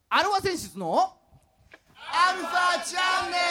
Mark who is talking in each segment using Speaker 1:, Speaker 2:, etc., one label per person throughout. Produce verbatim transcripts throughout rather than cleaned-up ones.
Speaker 1: アルファ選出のアルファチャンネル。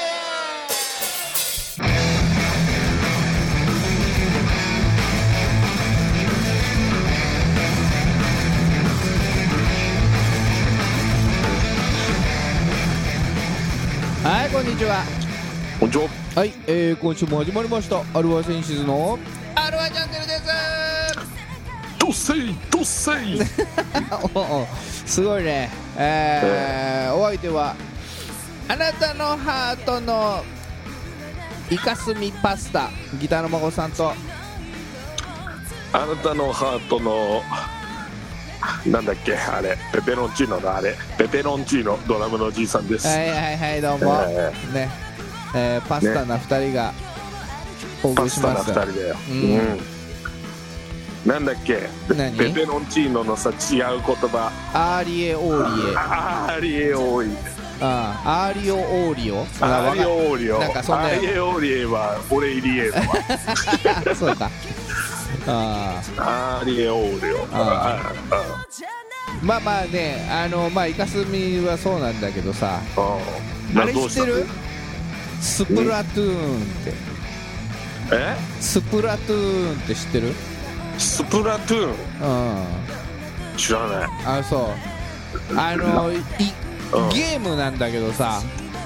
Speaker 1: はい、こんにちは。
Speaker 2: こんにちは。
Speaker 1: はい、えー、今週も始まりましたアルファ選出のアルファチャンネルです。
Speaker 2: どっせいどっせい
Speaker 1: おおすごいね、えーえー、お相手はあなたのハートのイカスミパスタギターの孫さんと、
Speaker 2: あなたのハートのなんだっけあれペペロンチーノのあれペペロンチーノドラムのおじいさんです。
Speaker 1: はいはいはい、どうも、
Speaker 2: えー、
Speaker 1: ね、えー、パスタなふたりがお送りします。
Speaker 2: パスタなふたりだよ、
Speaker 1: うん
Speaker 2: うん、なんだっけ
Speaker 1: 何
Speaker 2: ペペロンチーノのさ違う言葉
Speaker 1: アーリエオーリエ
Speaker 2: アーリエオーリエ
Speaker 1: あーアーリオオーリオ
Speaker 2: アーリオオーリオ
Speaker 1: なんかそんな
Speaker 2: アーリエオーリエは俺入りエは
Speaker 1: そうかあ
Speaker 2: アーリエオーリオ
Speaker 1: あまあまあね、あのまあイカスミはそうなんだけどさ、あれ知ってる？スプラトゥーンって。
Speaker 2: え？
Speaker 1: スプラトゥーンって知ってる？
Speaker 2: スプラトゥーン？うん。知らない。
Speaker 1: あ、そう。あのいゲームなんだけどさ、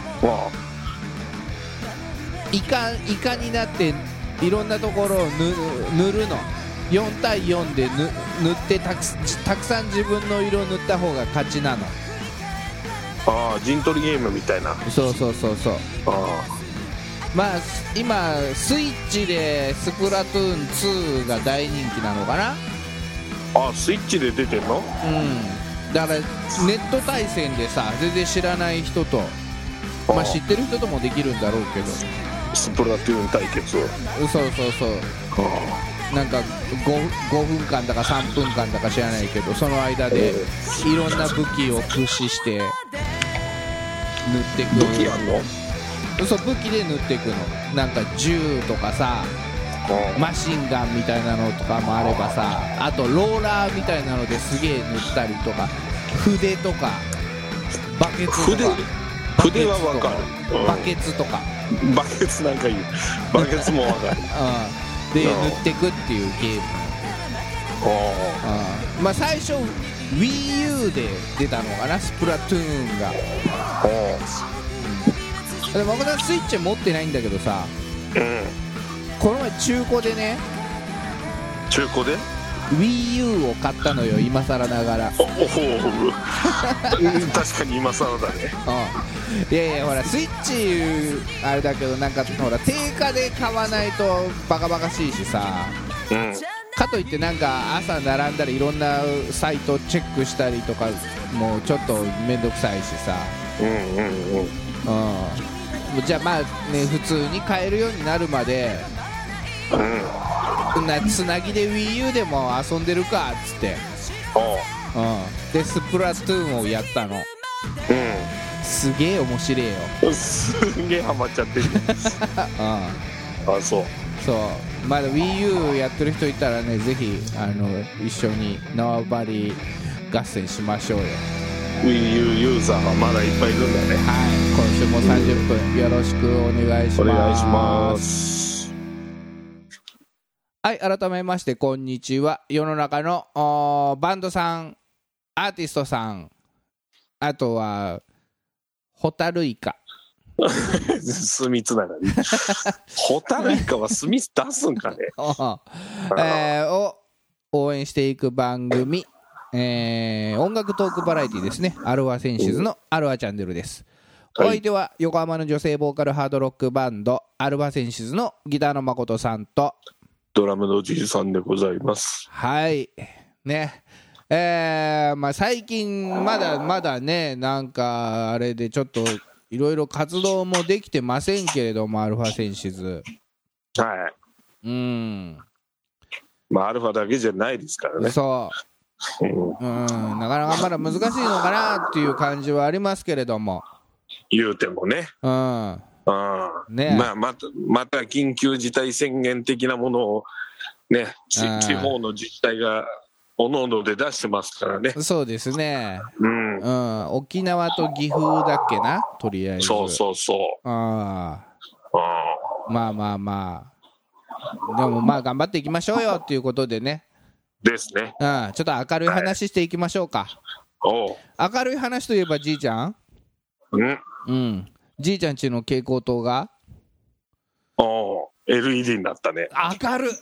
Speaker 1: イカイカになっていろんなところを塗るの。よんたいよんで塗ってたく、たくさん自分の色を塗った方が勝ちなの。
Speaker 2: ああ、陣取りゲームみたいな。
Speaker 1: そうそうそうそう。あまあ今スイッチでスプラトゥーンツーが大人気なのかな。
Speaker 2: あ、スイッチで出てんの？
Speaker 1: うん。だからネット対戦でさ、全然知らない人と、まあ知ってる人ともできるんだろうけど、
Speaker 2: スプラトゥーン対決を。
Speaker 1: そうそうそう。なんか 5, ごふんかんだかさんぷんかんだか知らないけど、その間でいろんな武器を駆使して塗っていく。
Speaker 2: 武器やんの？
Speaker 1: そう、武器で塗っていくの。なんか銃とかさ、マシンガンみたいなのとかもあればさ、あとローラーみたいなのですげえ塗ったりとか、筆とかバケツとか。
Speaker 2: 筆はわかる。
Speaker 1: バケツとか、
Speaker 2: バケツなんか言う。バケツもわかる。
Speaker 1: うん、で塗っていくっていうゲーム。うん、まあ最初 WiiU で出たのかな、スプラトゥーンが。でも僕はスイッチ持ってないんだけどさ、うん、この前中古でね、
Speaker 2: 中古で
Speaker 1: WiiU を買ったのよ、今更ながら。
Speaker 2: おお確かに今更だね。
Speaker 1: うん、いやいや、ほらスイッチあれだけど、なんかほら定価で買わないとバカバカしいしさ、うん、かといってなんか朝並んだらいろんなサイトチェックしたりとかもうちょっと面倒くさいしさ、うんうんうん、うん、じゃあまあね、普通に買えるようになるまで、うん、なつなぎで WiiU でも遊んでるかっつって、うん、でスプラトゥーンをやったの。うん、すげえ面白いよ。
Speaker 2: すげえハマっちゃってる。うん、あ、そう
Speaker 1: そう、まだ WiiU やってる人いたらね、ぜひあの一緒に縄張り合戦しましょうよ。
Speaker 2: WiiU ユーザーはまだいっぱいいるんだね。
Speaker 1: はい、今週もさんじゅっぷんよろしくお願いします。お願いします。はい、改めましてこんにちは。世の中のバンドさん、アーティストさん、あとはホタルイカ
Speaker 2: 墨つながり。ホタルイカは墨出すんかね。
Speaker 1: えー、を応援していく番組、えー、音楽トークバラエティですね。アルファセンシズのアルファチャンネルです。お相手は横浜の女性ボーカルハードロックバンドアルファセンシズのギターの誠さんと
Speaker 2: ドラムのおじいさんでございます。
Speaker 1: はいね、えー、まあ最近まだまだね、なんかあれでちょっといろいろ活動もできてませんけれども、アルファセンシズ、
Speaker 2: はい、うん、まあアルファだけじゃないですからね。そう、うん、
Speaker 1: うん、なかなかまだ難しいのかなっていう感じはありますけれども、
Speaker 2: 言うてもね、うん、ね、まあ、またまた緊急事態宣言的なものをね、地方の自治体がおのおので出してますからね。
Speaker 1: そうですね、
Speaker 2: うん
Speaker 1: うん、沖縄と岐阜だっけな、とりあえず。
Speaker 2: そうそうそう。
Speaker 1: あ
Speaker 2: あ
Speaker 1: まあまあまあ、でもまあ頑張っていきましょうよっていうことでね。
Speaker 2: ですね。
Speaker 1: うん、ちょっと明るい話していきましょうか。
Speaker 2: おう
Speaker 1: 明るい話といえばじいちゃん、
Speaker 2: うん
Speaker 1: うん、じいちゃんちの蛍光灯が
Speaker 2: おう エルイーディー になったね。
Speaker 1: 明るい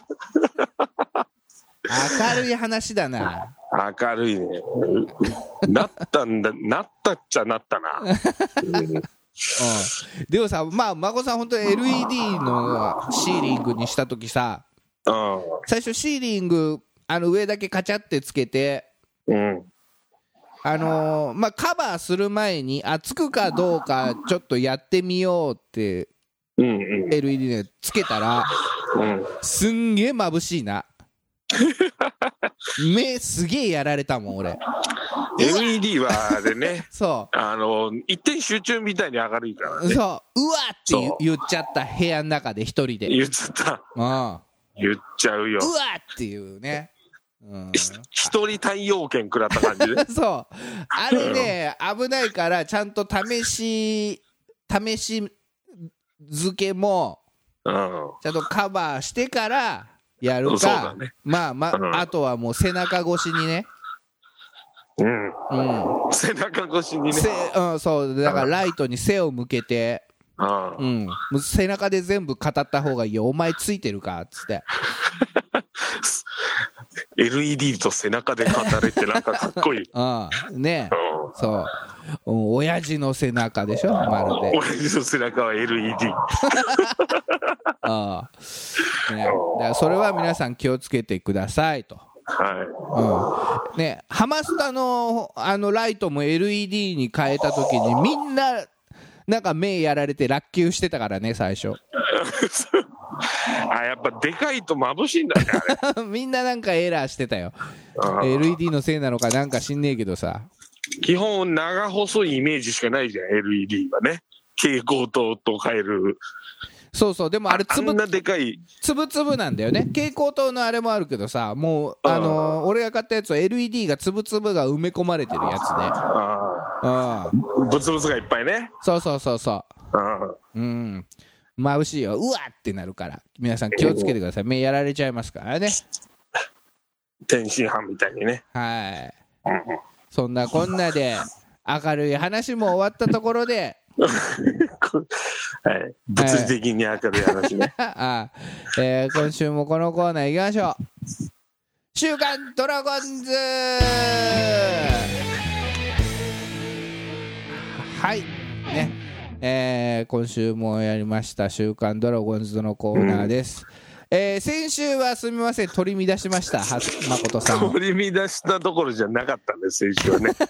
Speaker 1: 明るい話だな。
Speaker 2: 明るいね。なったんだ、なったっちゃなったな。うん
Speaker 1: うん、でもさ、まあ孫さん本当に エルイーディー のシーリングにした時さ、
Speaker 2: うん、
Speaker 1: 最初シーリングあの上だけカチャってつけて、
Speaker 2: うん、
Speaker 1: あのー、まあカバーする前にあつくかどうかちょっとやってみようって
Speaker 2: うんうん、
Speaker 1: エルイーディー でつけたら、
Speaker 2: うん、
Speaker 1: すんげえ眩しいな。目すげえやられたもん俺。
Speaker 2: エルイーディー はあれね
Speaker 1: そう
Speaker 2: あの一点集中みたいに明るいからね。
Speaker 1: そう、うわって言言っちゃった、部屋の中で一人で。
Speaker 2: 言っちゃった。
Speaker 1: うん
Speaker 2: 言っちゃうよ。
Speaker 1: うわっていうね、うん、
Speaker 2: 一人太陽圏食らった感じで
Speaker 1: そうあれね危ないから、ちゃんと試し試し付けも
Speaker 2: うん、
Speaker 1: ちゃんとカバーしてからやるか、
Speaker 2: ね、
Speaker 1: まあまあ、うん、あとはもう背中越しにね、
Speaker 2: うんうん、背中越しにね、
Speaker 1: うん、そうだからライトに背を向けて、
Speaker 2: うん、
Speaker 1: うん、背中で全部語った方がいいよ、お前ついてるかっつって
Speaker 2: エルイーディー と背中で語れてなんかかっこいい
Speaker 1: うんね、うん、そう親父の背中でしょ、まるで
Speaker 2: 親父の背中は エルイーディー
Speaker 1: ああ、ね、だからそれは皆さん気をつけてくださいと。はい、うん、ね、ハマスタのあのライトも エルイーディー に変えた時にみんななんか目やられて落球してたからね最初
Speaker 2: あ、やっぱでかいと眩しいんだねあれ
Speaker 1: みんななんかエラーしてたよ。 エルイーディー のせいなのかなんか知んねえけどさ、
Speaker 2: 基本長細いイメージしかないじゃん エルイーディー はね、蛍光灯と変える。
Speaker 1: そうそう、でもあれつぶ
Speaker 2: あんなでかい
Speaker 1: つぶつぶなんだよね。蛍光灯のあれもあるけどさ、もうあのー、俺が買ったやつは エルイーディー がつぶつぶが埋め込まれてるやつで、あ
Speaker 2: あ、ブツブツがいっぱいね。
Speaker 1: そうそうそうそう、うん、眩しいよ、うわってなるから皆さん気をつけてください。目やられちゃいますからね、
Speaker 2: 天津飯みたいにね。
Speaker 1: はい、うん、そんなこんなで明るい話も終わったところで
Speaker 2: はい、物理的に明るい話ね、
Speaker 1: はい、あ、えー、今週もこのコーナー行きましょう。週刊ドラゴンズ。はいね、えー、今週もやりました週刊ドラゴンズのコーナーです、うん、えー、先週はすみません取り乱しました、誠さん。
Speaker 2: 取り乱したどころじゃなかったんです先週はね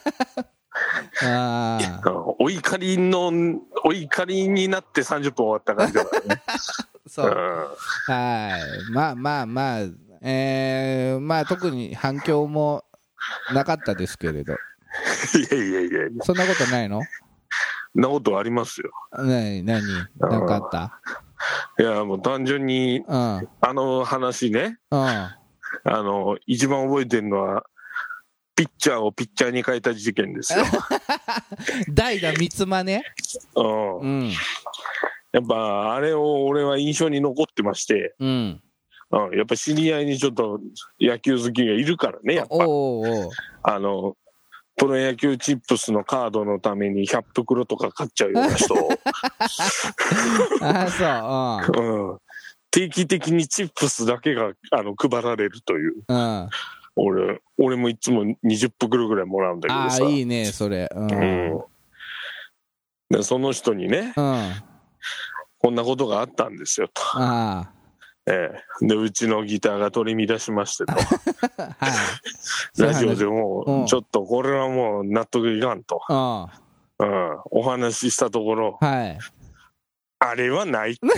Speaker 2: あお怒りのお怒りになってさんじゅっぷん終わった感じだからね
Speaker 1: そう、はい、まあまあまあ、えー、まあ特に反響もなかったですけれどい
Speaker 2: やいやいやいや、
Speaker 1: そんなことないの？
Speaker 2: そんなことありますよ。
Speaker 1: 何何何かあった？
Speaker 2: いやもう単純に、うん、あの話ね、うん、あの一番覚えてるのはピッチャーをピッチャーに変えた事件ですよ
Speaker 1: 代打三つ間ね、
Speaker 2: うん、うん、やっぱあれを俺は印象に残ってまして、うんうん、やっぱ知り合いにちょっと野球好きがいるからね、やっぱおうおう、あのプロ野球チップスのカードのためにひゃく袋とか買っちゃうような人あそう、うんうん、定期的にチップスだけがあの配られるという、うん、俺, 俺もいつもにじゅう袋ぐらいもらうんだけどさ。
Speaker 1: あいいねそれ、うんうん、
Speaker 2: でその人にね、うん、こんなことがあったんですよと。あええ、でうちのギターが取り乱しましてと、はい、ラジオでもちょっとこれはもう納得いかんと、うん、お話ししたところ、はい、あれはないって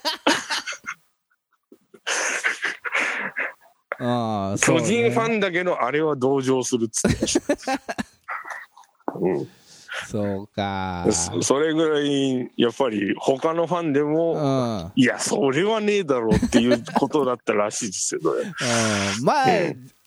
Speaker 2: あそうね、巨人ファンだけどあれは同情するっつってました、うん、そうか そ, それぐらいやっぱり他のファンでも、うん、いやそれはねえだろうっていうことだったらしいですよ、うん、
Speaker 1: まあ、うん、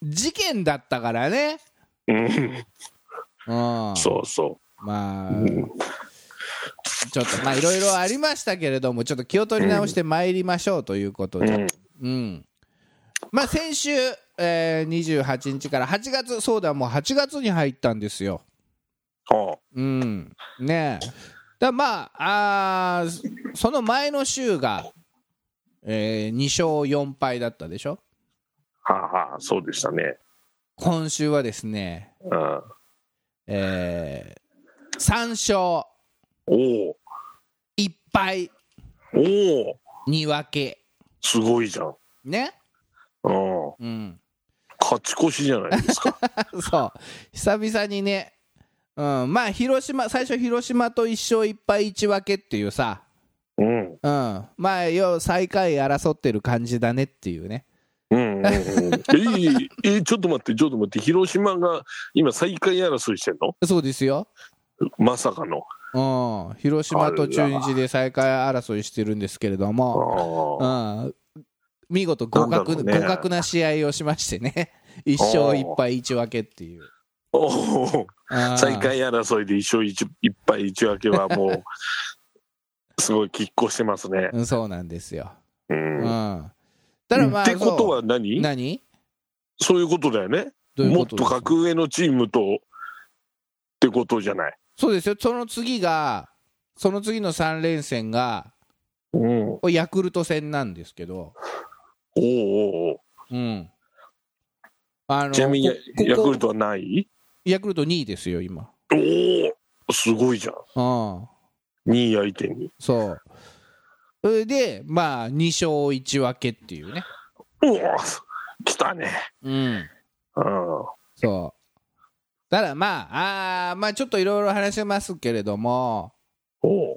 Speaker 1: 事件だったからね。
Speaker 2: うん、うん、そうそう、
Speaker 1: まあ、うん、ちょっとまあいろいろありましたけれども、ちょっと気を取り直してまいりましょうということで、うんうん、まあ先週、えー、にじゅうはちにちからはちがつ、そうだもうはちがつに入ったんですよ。
Speaker 2: はあ、
Speaker 1: うんねえ、だまあ、あその前の週が、えー、にしょうよんはいだったでしょ。
Speaker 2: はあはあ、そうでしたね。
Speaker 1: 今週はですね、
Speaker 2: うん、
Speaker 1: えー、さんしょ
Speaker 2: う、お
Speaker 1: いっぱい、
Speaker 2: お
Speaker 1: に分け、
Speaker 2: すごいじゃん
Speaker 1: ね。
Speaker 2: うん、うん、勝ち越しじゃないですか。
Speaker 1: そう久々にね、うん、まあ広島、最初広島といっしょういっぱいいち分けっていうさ、
Speaker 2: うんうん、
Speaker 1: まあ要最下位争ってる感じだねっていうね。
Speaker 2: うんうんうん、えー、えー、ちょっと待ってちょっと待って、広島が今最下位争いしてんの？
Speaker 1: そうですよ。
Speaker 2: まさかの、
Speaker 1: うん、広島と中日で最下位争いしてるんですけれども、うん、見事互角、ね、互角な試合をしましてね、いっしょういっぱいいち分けっていう。
Speaker 2: お最下位争いでいっしょういっぱいいち分けはもうすごい拮抗してますね。
Speaker 1: そうなんですよ。
Speaker 2: うん、うん
Speaker 1: だからまあ、
Speaker 2: ってことは何？
Speaker 1: 何？
Speaker 2: そういうことだよね。
Speaker 1: どういう
Speaker 2: もっ
Speaker 1: ことですか？
Speaker 2: と格上のチームとってことじゃない。
Speaker 1: そうですよ。その次がその次のさん連戦が、
Speaker 2: うん、
Speaker 1: ヤクルト戦なんですけど、
Speaker 2: おうおう、
Speaker 1: うん、あの
Speaker 2: ちなみにヤクルトはない？
Speaker 1: ヤクルトにいですよ今。
Speaker 2: おお、すごいじゃん。
Speaker 1: ああ、
Speaker 2: にい相手に。
Speaker 1: そうそれでまあにしょういち分けっていうね。
Speaker 2: おお、来たね。
Speaker 1: うん、そうただまあ、あまあちょっといろいろ話しますけれども、
Speaker 2: お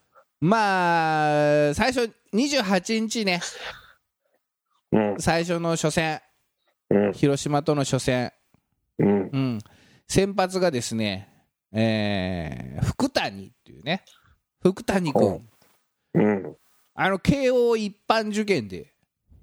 Speaker 1: まあ最初にじゅうはちにちね、
Speaker 2: うん、
Speaker 1: 最初の初戦、
Speaker 2: うん、
Speaker 1: 広島との初戦、
Speaker 2: うん
Speaker 1: うん、先発がですね、えー、福谷っていうね、福谷君、
Speaker 2: うん、
Speaker 1: あの慶応一般受験で、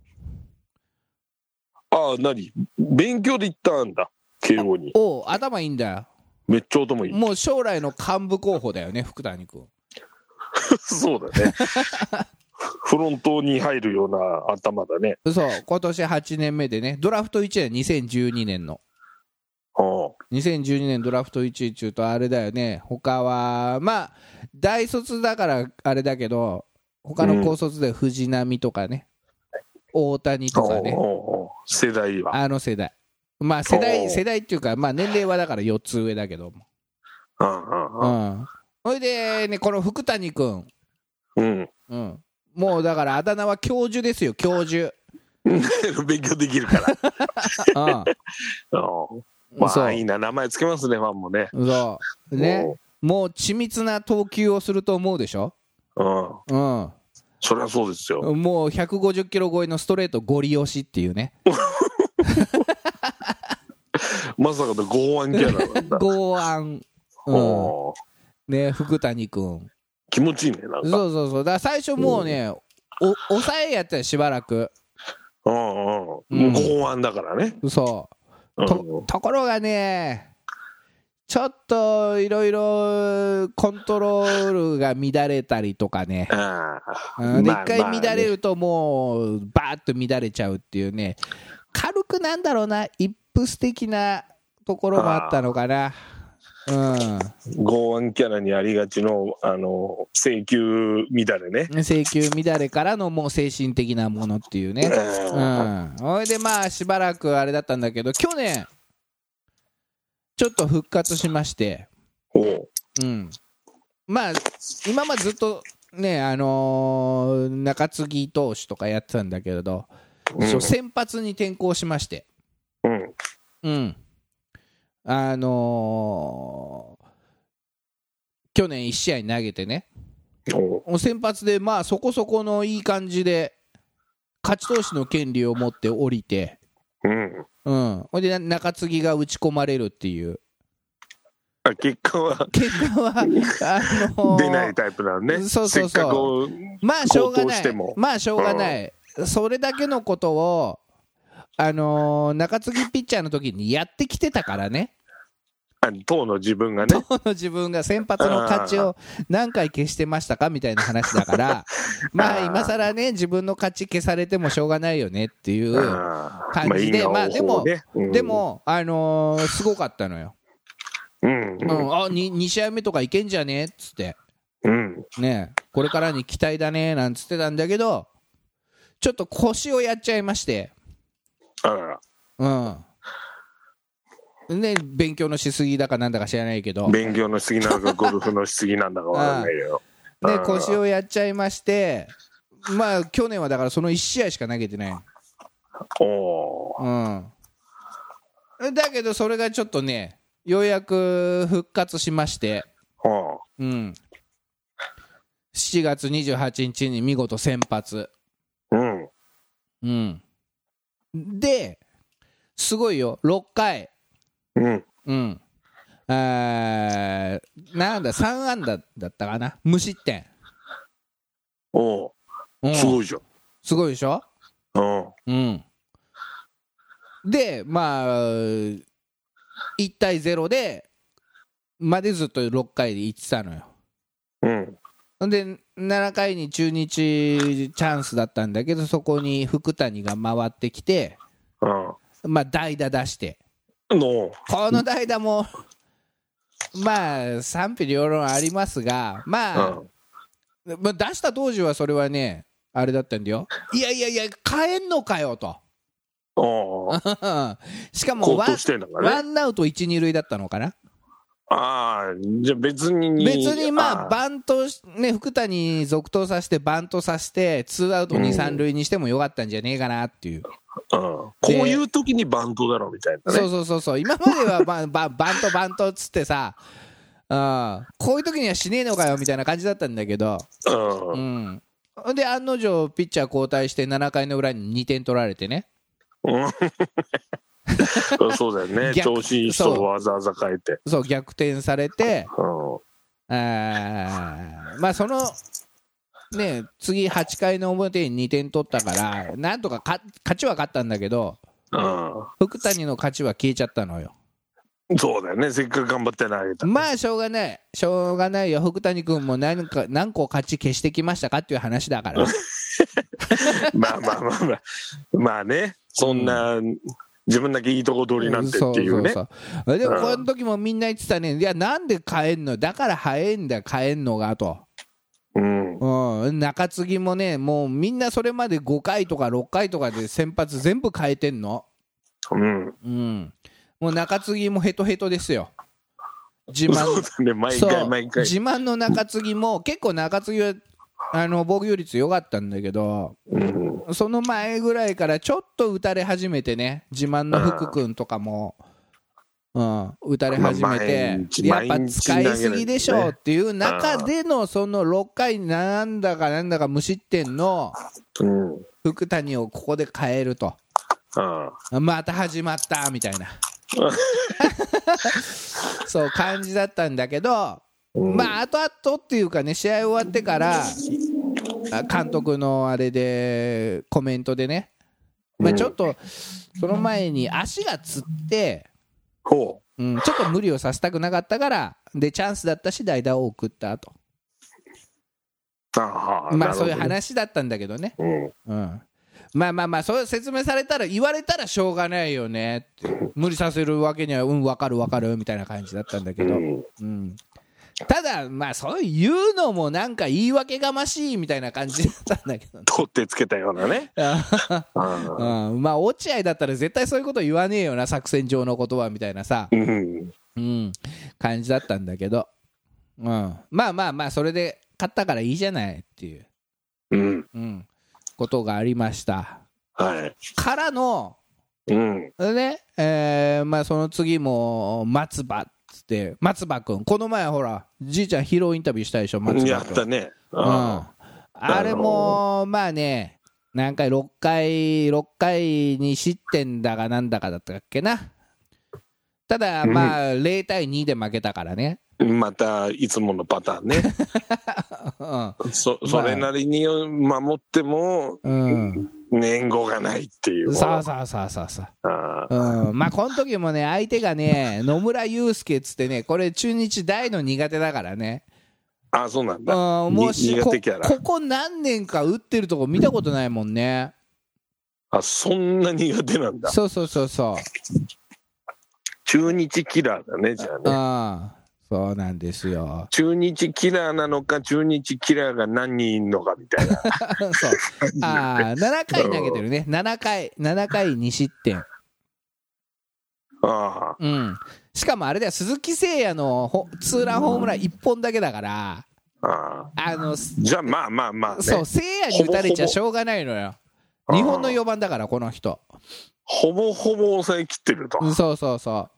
Speaker 2: ああ、何勉強で行ったんだ慶応に。
Speaker 1: お頭いいんだよ。
Speaker 2: めっちゃ頭いい。
Speaker 1: もう将来の幹部候補だよね福谷君。
Speaker 2: そうだね。フロントに入るような頭だね。
Speaker 1: そう今年はちねんめでね、ドラフトいちねんにせんじゅうにねんの、
Speaker 2: はあ、
Speaker 1: にせんじゅうにねんドラフトいちいちゅうとあれだよね、他はまあ大卒だからあれだけど、他の高卒で藤浪とかね、うん、大谷とかね、
Speaker 2: 世代は
Speaker 1: あの世代、まあ世代世代っていうか、まあ年齢はだからよっつ上だけども、うん、それでねこの福谷君、
Speaker 2: うん
Speaker 1: うん、もうだからあだ名は教授ですよ、教授。
Speaker 2: 勉強できるからまあいいな名前つけますね、ファンもね。
Speaker 1: そうね、もう緻密な投球をすると思うでしょ。うん、うん、
Speaker 2: そりゃそうですよ。
Speaker 1: もうひゃくごじゅっキロ超えのストレートゴリ押しっていうね。
Speaker 2: まさかの剛腕キャラなんだ。
Speaker 1: 剛腕、うん、ね、福谷君
Speaker 2: 気持ちいいね、なんか。
Speaker 1: そうそうそう、だから最初もうね、うん、お抑えやったらしばらく、
Speaker 2: うんうん、もう剛腕だからね。
Speaker 1: そう、と、うん、ところがねちょっといろいろコントロールが乱れたりとかね、うん、で一回乱れるともうバーッと乱れちゃうっていうね、軽くなんだろうな、イップス的なところもあったのかな。うん、
Speaker 2: 剛腕キャラにありがちの、あの制球乱れね、
Speaker 1: 制球乱れからのもう精神的なものっていうね、うん、それでまあしばらくあれだったんだけど、去年ちょっと復活しまして、うん、まあ今までずっとね、あのー、中継ぎ投手とかやってたんだけれど、うん、先発に転向しまして、うん、うん、あのー、去年いち試合投げてね、先発でまあそこそこのいい感じで勝ち投手の権利を持って降りて、うんうん、ほいで中継ぎが打ち込まれるっていう。
Speaker 2: あ、結果は
Speaker 1: 結果はあのー、
Speaker 2: 出ないタイプなのね。
Speaker 1: そうそうそう。まあしょうがない。まあしょうがない。うん、それだけのことをあのー、中継ぎピッチャーの時にやってきてたからね。
Speaker 2: 当の自分がね、
Speaker 1: 当の自分が先発の勝ちを何回消してましたかみたいな話だからまあ今更ね自分の勝ち消されてもしょうがないよねっていう感じで、まあでもでもあのー、すごかったのよ。うんうん、あ 2, 2試合目とかいけんじゃねっつって、うん、ねこれからに期待だねなんつってたんだけど、ちょっと腰をやっちゃいまして、あらら、うんね、勉強のしすぎだかなんだか知らないけど、
Speaker 2: 勉強のしすぎなのかゴルフのしすぎなんだかわからないよ
Speaker 1: で腰をやっちゃいまして、まあ去年はだからそのいち試合しか投げてない。おー、うん、だけどそれがちょっとねようやく復活しまして、うん、しちがつにじゅうはちにちに見事先発、うんうん、ですごいよろっかい、うんうん、あなんださんあんだだったかな、無失点。
Speaker 2: おお、すごいじゃん。
Speaker 1: すごいでしょ。うん、でまあいちたいゼロでまでずっとろっかいでいってたのよ。うん、でななかいに中日チャンスだったんだけど、そこに福谷が回ってきて、うん、まあ代打出して、この代打もまあ賛否両論ありますが、まあ、うん、まあ出した当時はそれはねあれだったんだよ。いやいやいや変えんのかよと。しかもワン、ね、ワンアウトいち、に塁だったのかな。
Speaker 2: ああ、じゃあ別に
Speaker 1: 別にまあバントね、福谷続投させてバントさせてツーアウトに、さん塁にしてもよかったんじゃねえかなっていう、
Speaker 2: うん、こういう時にバントだろみたいなね。
Speaker 1: そうそうそうそう、今まではバンバンバントバントっつってさ、うん、こういう時にはしねえのかよみたいな感じだったんだけど、うん、うん、で案の定ピッチャー交代してななかいの裏ににてん取られてね
Speaker 2: そうだよね、調子いい人をわざわざ変えて、
Speaker 1: そう逆転されて、うん、あまあそのね次はちかいの表ににてん取ったからなんとかか勝ちは勝ったんだけど、うん、福谷の勝ちは消えちゃったのよ。
Speaker 2: そうだよね、せっかく頑張って投げた。
Speaker 1: まあしょうがないしょうがないよ、福谷君も何か何個勝ち消してきましたかっていう話だから
Speaker 2: まあまあまあまあまあね、そんな、うん、自分だけいいとこ取りなんてっていうね。そうそうそう、でもこの時もみんな言ってたね、いやなんで変えんの、だから早いんだよ変えんのがと、うんうん、中継ぎもねもうみんなそれまでごかいとかろっかいとかで先発全部変えてんの、うんうん、もう中継ぎもヘトヘトですよ。自慢、そうだね、毎回毎回
Speaker 1: 自慢の中継ぎも結構中継ぎはあの防御率良かったんだけど、うん、その前ぐらいからちょっと打たれ始めてね、自慢の福君とかも、うん、打たれ始めて、まあ、やっぱ使いすぎでしょっていう中でのそのろっかいなんだかなんだか無失点の福谷をここで変えると、また始まったみたいなそう感じだったんだけど、まあ後々っていうかね、試合終わってから監督のあれでコメントでね、まあ、ちょっとその前に足がつって、うん、ちょっと無理をさせたくなかったからでチャンスだったし代打を送ったと、まあそういう話だったんだけどね、うん、まあまあまあそう説明されたら言われたらしょうがないよねって、無理させるわけにはうん分かる分かるみたいな感じだったんだけど、うん、ただまあそういうのもなんか言い訳がましいみたいな感じだったんだけど、ね、
Speaker 2: 取ってつけたようなね
Speaker 1: うん、まあ落合だったら絶対そういうこと言わねえよな、作戦上の言葉みたいなさ、うんうん、感じだったんだけど、うん、まあまあまあそれで勝ったからいいじゃないっていう、うんうん、ことがありました、はい、からの、うんねえーまあ、その次も松葉つって松葉君、この前ほらじいちゃんヒーローインタビューしたでしょ、松葉君
Speaker 2: やったね、
Speaker 1: うん、あれもまあね何回ろっかいろっかいに失点だかなんだかだったっけな、ただまあゼロたいにで負けたからね、
Speaker 2: またいつものパターンね、うん、そ, それなりに守っても、うん、 年後がないっていう。
Speaker 1: そうそうそうそうそう。あ、うん、まあこの時もね、相手がね、野村祐介っつってね、これ中日大の苦手だからね。
Speaker 2: あ、そうなんだ。
Speaker 1: うん、もし苦手キャラ。こここ何年か打ってるとこ見たことないもんね。
Speaker 2: あ、そんな苦手なんだ。
Speaker 1: そうそうそうそう。
Speaker 2: 中日キラーだね、じゃあね。
Speaker 1: ああ、そうなんですよ。
Speaker 2: 中日キラーなのか、中日キラーが何人いるのかみたいな。
Speaker 1: そう。ああ、ななかい投げてるね。ななかい、ななかいに失点。あ
Speaker 2: あ。
Speaker 1: うん。しかもあれだよ、鈴木誠也のツーランホームランいっぽんだけだから、
Speaker 2: あ
Speaker 1: あの
Speaker 2: じゃあまあまあまあ、ね、
Speaker 1: そう、誠也に打たれちゃしょうがないのよ。日本のよばんだから、この人。
Speaker 2: ほぼほぼ抑えきってると。
Speaker 1: そうそうそう。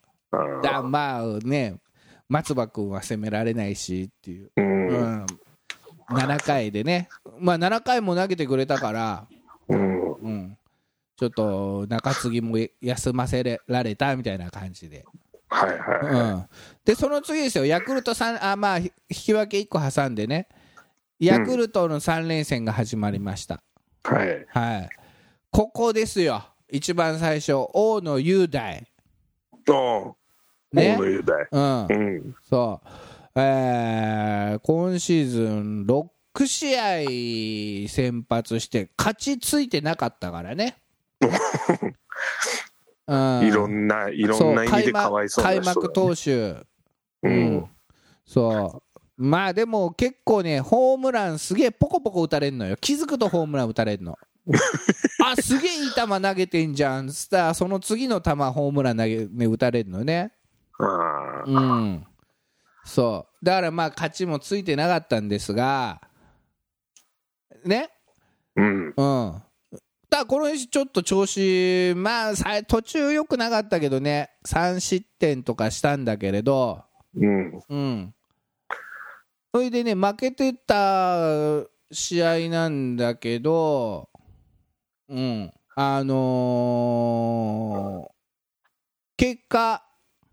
Speaker 1: だまあね、松葉君は攻められないしっていう、うん、うん、ななかいでね、まあ、ななかいも投げてくれたから、うんうん、ちょっと中継ぎも休ませられたみたいな感じで、
Speaker 2: はいはいはい、うん、
Speaker 1: でその次ですよ、ヤクルトさん、あ、まあ、引き分けいっこ挟んでね、ヤクルトのさん連戦が始まりました、
Speaker 2: うん、はい
Speaker 1: はい、ここですよ、一番最初、大野雄大。
Speaker 2: おね、大野雄大、
Speaker 1: うんうん、そう、えー、今シーズンろくしあい先発して勝ちついてなかったからね。
Speaker 2: うん、いろんないろんな意味でかわいそうな人だ、ね、
Speaker 1: 開幕投手、
Speaker 2: うん
Speaker 1: うん、そうまあでも結構ね、ホームランすげえポコポコ打たれんのよ。気づくとホームラン打たれんの。あ、すげえいい球投げてんじゃんつったら、その次の球ホームラン投げ、ね、打たれるのね。うん、そうだからまあ勝ちもついてなかったんですがね、
Speaker 2: うん、うん、
Speaker 1: だこの日ちょっと調子、まあ途中良くなかったけどね、さん失点とかしたんだけれど、
Speaker 2: うんうん、
Speaker 1: それでね負けてた試合なんだけど、うん、あのー、結果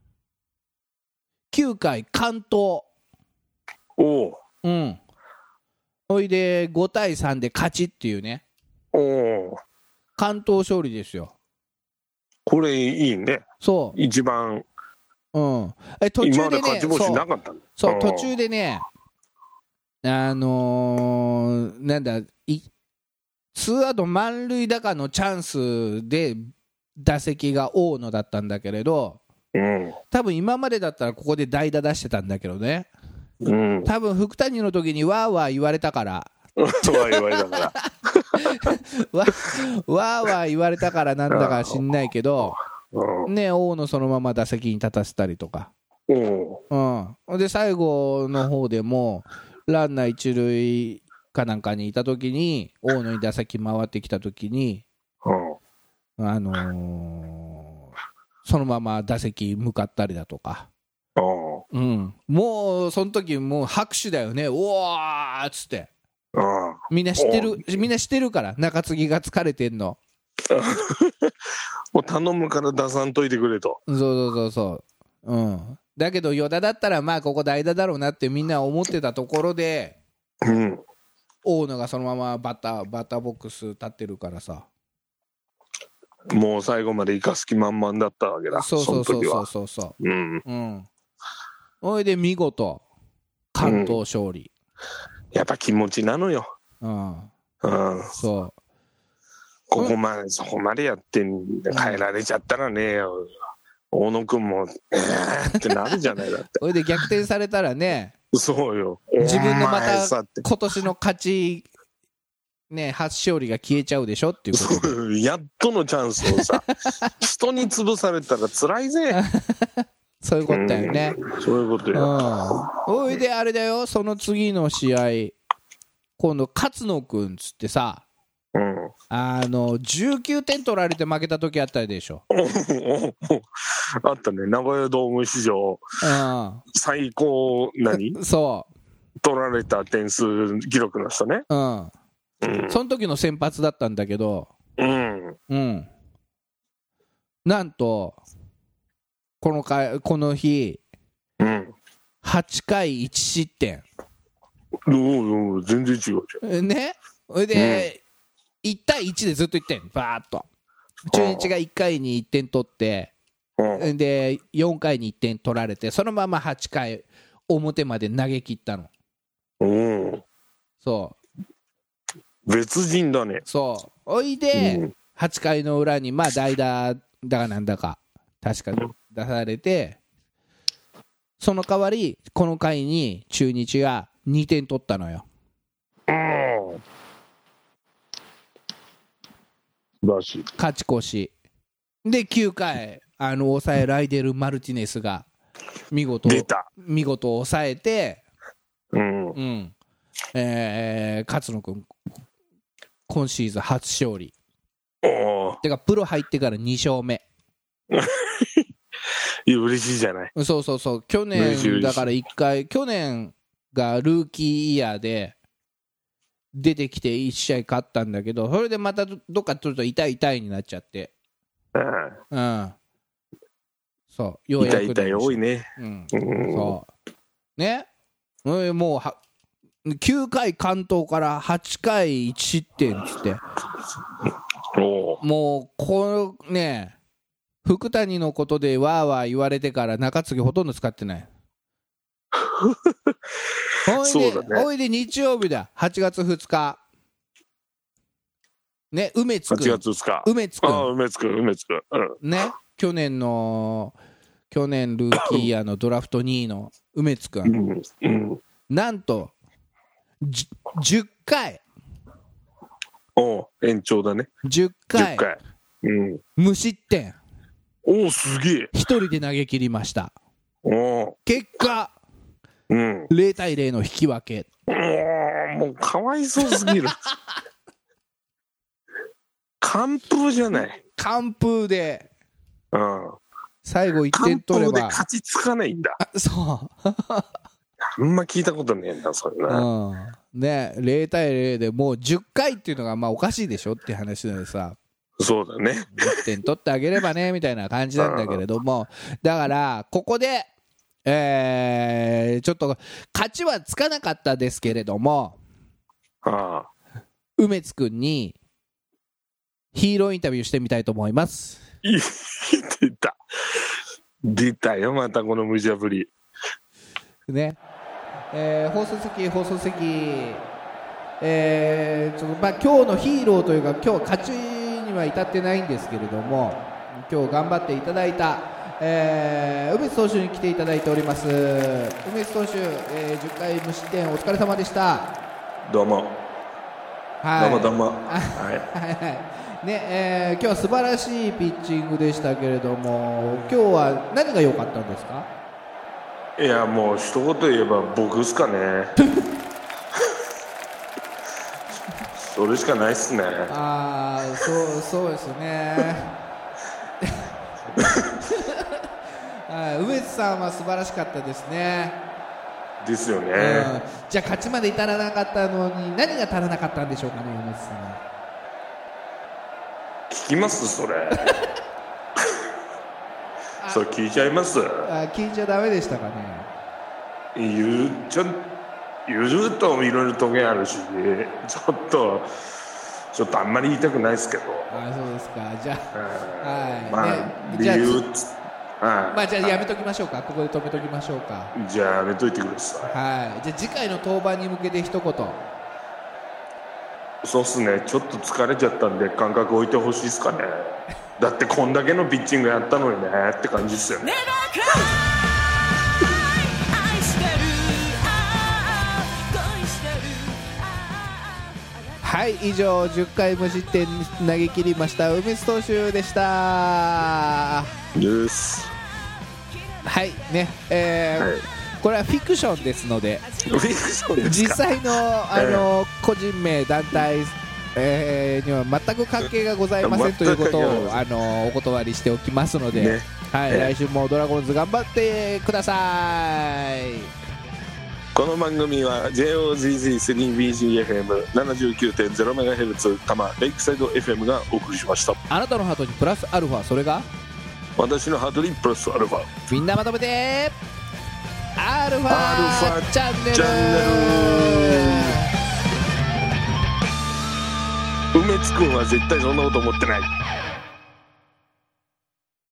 Speaker 1: きゅうかい完投。
Speaker 2: おう、
Speaker 1: うん。それでごたいさんで勝ちっていうね。
Speaker 2: おお。
Speaker 1: 完投勝利ですよ。
Speaker 2: これいいね。
Speaker 1: そう。
Speaker 2: 一番。
Speaker 1: うん。え途中でね。
Speaker 2: 今まで勝ち星なかったんだ。
Speaker 1: そう。そう途中でね。あのー、なんだいツーアウト満塁だかのチャンスで打席が大野だったんだけれど。うん、多分今までだったらここで代打出してたんだけどね、うん、多分福谷の時にわーわー言われたからわー
Speaker 2: 言われたから
Speaker 1: わーわー言われたからなんだか知んないけど、うん、ね、大野そのまま打席に立たせたりとか、うんうん、で最後の方でもランナー一塁かなんかにいた時に大野に打席回ってきた時に、うん、あのーそのまま打席向かったりだとか、うん、もうその時もう拍手だよね、おーっつって、みんな知ってる、みんな知ってるから中継ぎが疲れてんの
Speaker 2: もう頼むから出さんといてくれと。
Speaker 1: そうそうそうそう、うん、だけど与田だったらまあここ代打だろうなってみんな思ってたところで、うん、大野がそのままバッターバッターボックス立ってるからさ、
Speaker 2: もう最後まで生かす気満々だったわけだ。
Speaker 1: そうそうそうそうそうそう、うんうん、それで見事完投勝利、
Speaker 2: うん、やっぱ気持ちなのよ、
Speaker 1: うん
Speaker 2: うん、
Speaker 1: そう
Speaker 2: ここまでそこまでやって変えられちゃったらね、うん、大野君もえーってなるじゃないだって
Speaker 1: それで逆転されたらね、
Speaker 2: そうよ、
Speaker 1: 自分のまた今年の勝ちね、初勝利が消えちゃうでしょっていうこと
Speaker 2: で、やっとのチャンスをさ人に潰されたら辛いぜ
Speaker 1: そういうことだよね、
Speaker 2: うん、そういうことよ。
Speaker 1: おいであれだよ、その次の試合今度勝野くんつってさ、うん、あのじゅうきゅうてん取られて負けた時あったでしょ
Speaker 2: あったね、名古屋ドーム史上、うん、最高何
Speaker 1: そう
Speaker 2: 取られた点数記録の人ね、
Speaker 1: うんうん、その時の先発だったんだけど、うんうん、なんとこのかこの日、うん、はちかいいち失点、
Speaker 2: おお全然違うじゃん
Speaker 1: ね。それで、 いち対いちでずっといってんバーッと中日がいっかいにいってん取ってでよんかいにいってん取られてそのままはちかい表まで投げ切ったの。
Speaker 2: うん
Speaker 1: そう
Speaker 2: 別人だね。
Speaker 1: そうおいで、うん、はちかいの裏にまあ代打だかなんだか確か出されてその代わりこの回に中日がにてん取ったのよ。
Speaker 2: うんらしい
Speaker 1: 勝ち越しできゅうかいあの抑えライデル・マルティネスが見事見事抑えて、
Speaker 2: うん
Speaker 1: うんえー、勝野君今シーズン初勝利てかプロ入ってからに勝目
Speaker 2: いや嬉しいじゃない。
Speaker 1: そうそうそう去年だからいっかい去年がルーキーイヤーで出てきていち試合勝ったんだけどそれでまたどっか取ると痛い痛いになっちゃってうん、うん、そうようやく
Speaker 2: 痛い痛い多いね、
Speaker 1: うん、そうねもうはきゅうかい完投からはちかいいち失点っつってもうこのね福谷のことでわーわー言われてから中継ぎほとんど使ってないおいで、ね、おいで日曜日だはちがつふつかね梅津くんはちがつふつか梅津くんあ
Speaker 2: 梅津くん梅津くん、
Speaker 1: うん、ね去年の去年ルーキーイヤーのドラフトにいの梅津くん、
Speaker 2: うんうん、
Speaker 1: なんとじゅっかい
Speaker 2: お延長だね
Speaker 1: じゅっかい、
Speaker 2: じゅっかい、うん、
Speaker 1: 無失点
Speaker 2: おすげえ
Speaker 1: 一人で投げ切りました。
Speaker 2: お
Speaker 1: 結果、
Speaker 2: うん、
Speaker 1: ゼロたいゼロの引き分け。
Speaker 2: おもうかわいそうすぎる完封じゃない。
Speaker 1: 完封で、
Speaker 2: うん、
Speaker 1: 最後いってん取れば完
Speaker 2: 封で勝ちつかないんだ。
Speaker 1: そう
Speaker 2: あんま聞いたことねえんだそれな、
Speaker 1: うん、ねゼロたいゼロでもうじゅっかいっていうのがまあおかしいでしょって話でさ
Speaker 2: そうだねい
Speaker 1: ってん取ってあげればねみたいな感じなんだけれどもだからここで、えー、ちょっと勝ちはつかなかったですけれども、
Speaker 2: ああ、
Speaker 1: 梅津くんにヒーローインタビューしてみたいと思います。
Speaker 2: 出た出たよまたこの無茶ぶり
Speaker 1: ねえー、放送席放送席、えーちょっとまあ、今日のヒーローというか今日勝ちには至ってないんですけれども今日頑張っていただいた、えー、梅津投手に来ていただいております。梅津投手、えー、じゅっかい無失点お疲れ様でした。
Speaker 2: どうも、はい、どうもどうも
Speaker 1: はいねえー、今日は素晴らしいピッチングでしたけれども今日は何が良かったんですか？
Speaker 2: いやもう一言言えば僕っすかねそれしかないっすね。
Speaker 1: ああそうそうですね梅津さんは素晴らしかったですね。
Speaker 2: ですよね、
Speaker 1: うん、じゃあ勝ちまで至らなかったのに何が足らなかったんでしょうかね梅津さんは。
Speaker 2: 聞きますそれそれ聞いちゃいます。
Speaker 1: あ聞いちゃダメでしたかね。
Speaker 2: 言うちょ言うといろいろトゲあるしちょっとちょっとあんまり言いたくないですけど。
Speaker 1: あそうですか。じゃあ、はい
Speaker 2: まあ、
Speaker 1: ね、
Speaker 2: 理由っつ
Speaker 1: はい、まあじゃあやめときましょうか。ここで止めときましょうか。
Speaker 2: じゃあやめといてください。
Speaker 1: はい。じゃあ次回の登板に向けて一言。
Speaker 2: そうっすね。ちょっと疲れちゃったんで感覚置いてほしいですかね。だってこんだけのピッチングやったのにねって感じですよね。
Speaker 1: はい以上じゅっかい無失点投げ切りました梅津投手でした
Speaker 2: です
Speaker 1: はいねえーはい、これはフィクションですので
Speaker 2: フィクションですか
Speaker 1: 実際の、あの、えー、個人名団体、えー、には全く関係がございませんということをあのお断りしておきますので、ねはい、えー、来週もドラゴンズ頑張ってください。
Speaker 2: この番組は ジェイオーゼットゼットスリービージーエフエムななじゅうきゅうてんゼロメガヘルツ 多摩レイクサイド エフエム がお送りしました。
Speaker 1: あなたのハートにプラスアルファ、それが
Speaker 2: 私のハートにプラスアルファ、
Speaker 1: みんなまとめてアルファチャンネル。
Speaker 2: 光君は絶対そんなこと思ってない。